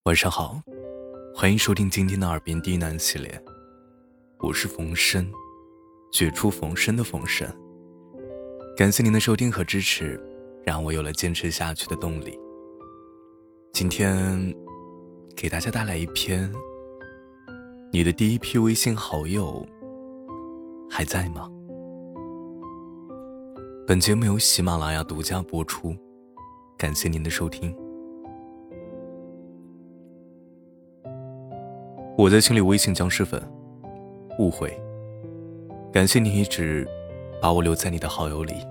晚上好，欢迎收听今天的耳边低喃系列，我是冯生，绝处逢生的冯生。感谢您的收听和支持，让我有了坚持下去的动力。今天给大家带来一篇，你的第一批微信好友还在吗？本节目由喜马拉雅独家播出，感谢您的收听。我在清理微信僵尸粉，误会。感谢你一直把我留在你的好友里。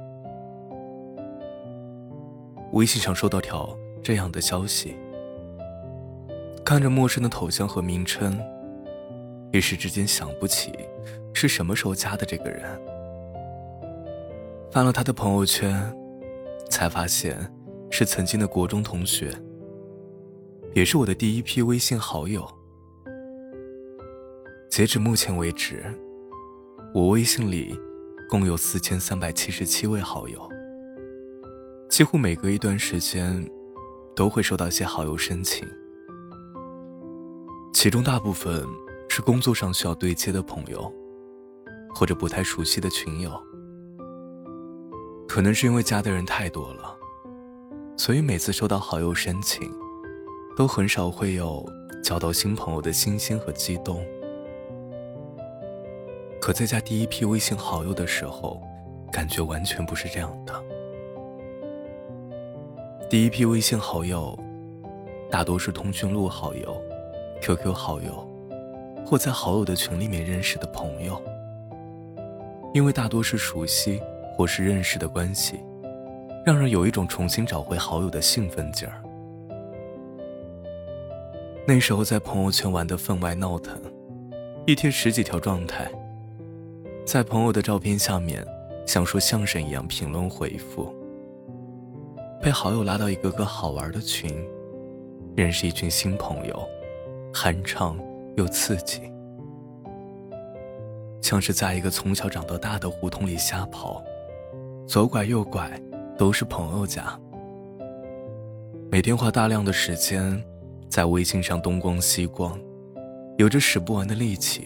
微信上收到条这样的消息，看着陌生的头像和名称，一时之间想不起是什么时候加的这个人。翻了他的朋友圈，才发现是曾经的国中同学，也是我的第一批微信好友。截止目前为止，我微信里共有4377位好友，几乎每隔一段时间都会收到一些好友申请，其中大部分是工作上需要对接的朋友，或者不太熟悉的群友。可能是因为加的人太多了，所以每次收到好友申请，都很少会有交到新朋友的新鲜和激动。可在加第一批微信好友的时候，感觉完全不是这样的。第一批微信好友大多是通讯录好友、QQ 好友，或在好友的群里面认识的朋友。因为大多是熟悉或是认识的关系，让人有一种重新找回好友的兴奋劲儿。那时候在朋友圈玩得分外闹腾，一天10几条状态，在朋友的照片下面像说相声一样评论回复，被好友拉到一个个好玩的群，认识一群新朋友，酣畅又刺激，像是在一个从小长到大的胡同里瞎跑，左拐右拐都是朋友家。每天花大量的时间在微信上东逛西逛，有着使不完的力气。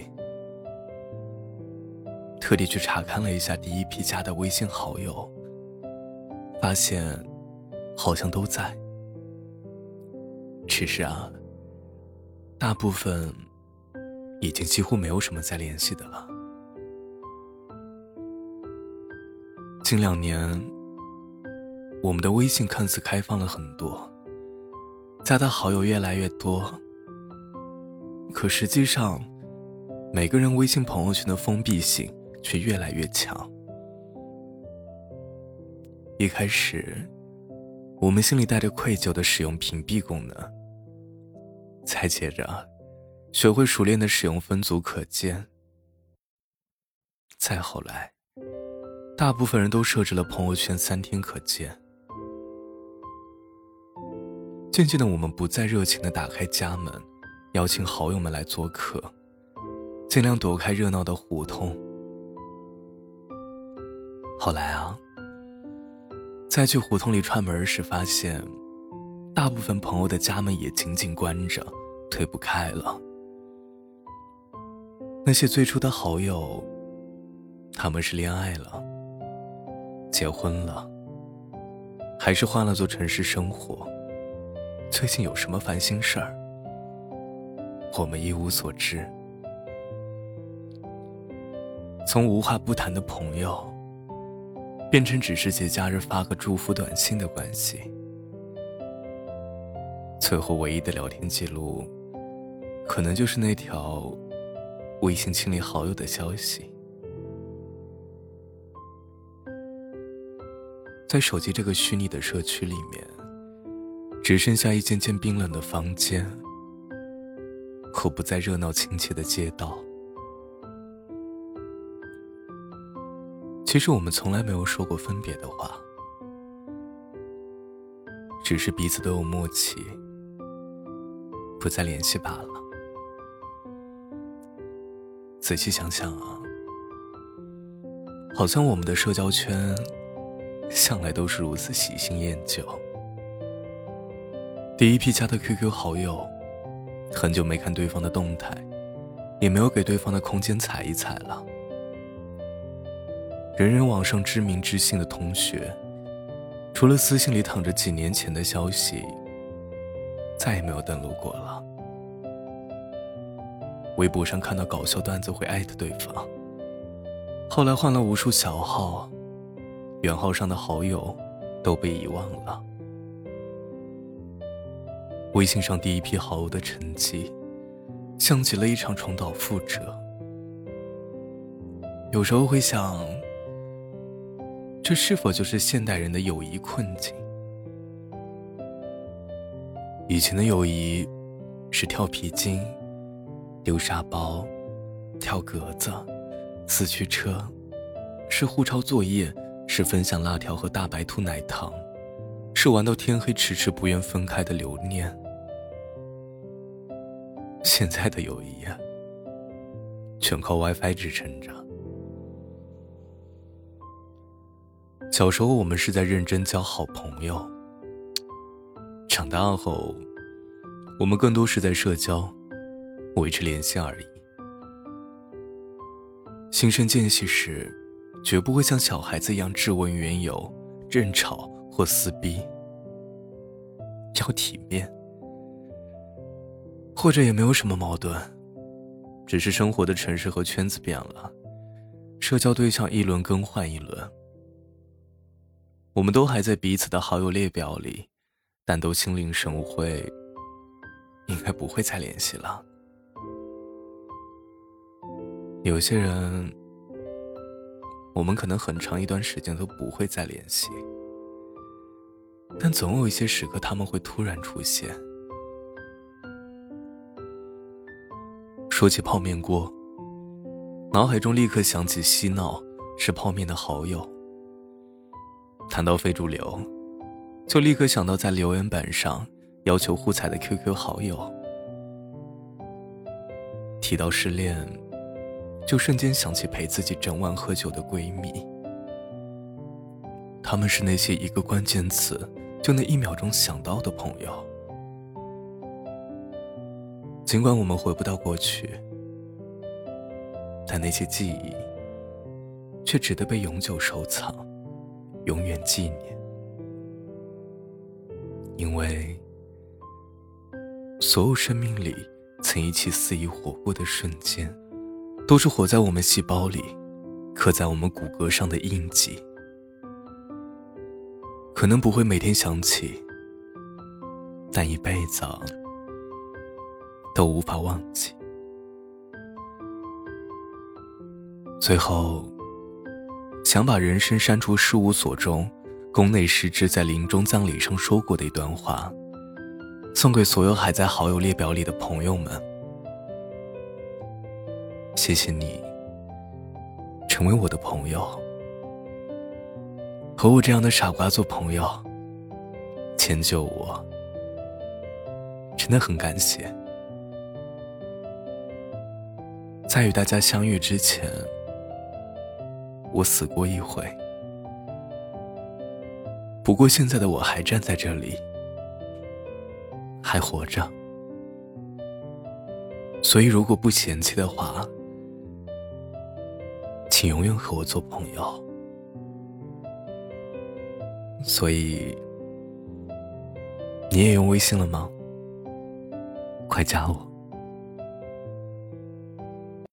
特地去查看了一下第一批加的微信好友，发现好像都在，只是大部分已经几乎没有什么再联系的了。近2年，我们的微信看似开放了很多，加的好友越来越多，可实际上每个人微信朋友圈的封闭性却越来越强。一开始，我们心里带着愧疚的使用屏蔽功能，再接着学会熟练的使用分组可见，再后来，大部分人都设置了朋友圈3天可见。渐渐的，我们不再热情地打开家门，邀请好友们来做客，尽量躲开热闹的胡同。后来再去胡同里串门时，发现大部分朋友的家门也紧紧关着，推不开了。那些最初的好友，他们是恋爱了，结婚了，还是换了座城市生活，最近有什么烦心事儿，我们一无所知。从无话不谈的朋友，变成只是节假日发个祝福短信的关系，最后唯一的聊天记录，可能就是那条微信清理好友的消息。在手机这个虚拟的社区里面，只剩下一间间冰冷的房间，和不再热闹亲切的街道。其实我们从来没有说过分别的话，只是彼此都有默契，不再联系罢了。仔细想想好像我们的社交圈向来都是如此喜新厌旧。第一批加的 QQ 好友很久没看对方的动态，也没有给对方的空间踩一踩了。人人网上知名知性的同学，除了私信里躺着几年前的消息，再也没有登录过了。微博上看到搞笑段子会艾特对方，后来换了无数小号，原号上的好友都被遗忘了。微信上第一批好友的成绩，像极了一场重蹈覆辙。有时候会想，这是否就是现代人的友谊困境？以前的友谊是跳皮筋、丢沙包、跳格子、四驱车，是互抄作业，是分享辣条和大白兔奶糖，是玩到天黑迟迟不愿分开的留念。现在的友谊全靠 WiFi 支撑着。小时候我们是在认真交好朋友，长大后我们更多是在社交，维持联系而已。新生间隙时，绝不会像小孩子一样质问缘由、争吵或撕逼，要体面。或者也没有什么矛盾，只是生活的城市和圈子变了，社交对象一轮更换一轮。我们都还在彼此的好友列表里，但都心领神会，应该不会再联系了。有些人，我们可能很长一段时间都不会再联系，但总有一些时刻他们会突然出现。说起泡面锅，脑海中立刻想起嬉闹是泡面的好友。谈到非主流，就立刻想到在留言板上要求互踩的 QQ 好友。提到失恋，就瞬间想起陪自己整晚喝酒的闺蜜。他们是那些一个关键词就能1秒钟想到的朋友。尽管我们回不到过去，但那些记忆却值得被永久收藏，永远纪念。因为所有生命里曾一起肆意活过的瞬间，都是活在我们细胞里，刻在我们骨骼上的印记。可能不会每天想起，但一辈子都无法忘记。最后，想把人生删除事务所中宫内实之在临终葬礼上说过的一段话，送给所有还在好友列表里的朋友们。谢谢你成为我的朋友，和我这样的傻瓜做朋友，迁就我，真的很感谢。在与大家相遇之前，我死过一回，不过现在的我还站在这里，还活着。所以如果不嫌弃的话，请永远和我做朋友。所以你也用微信了吗？快加我。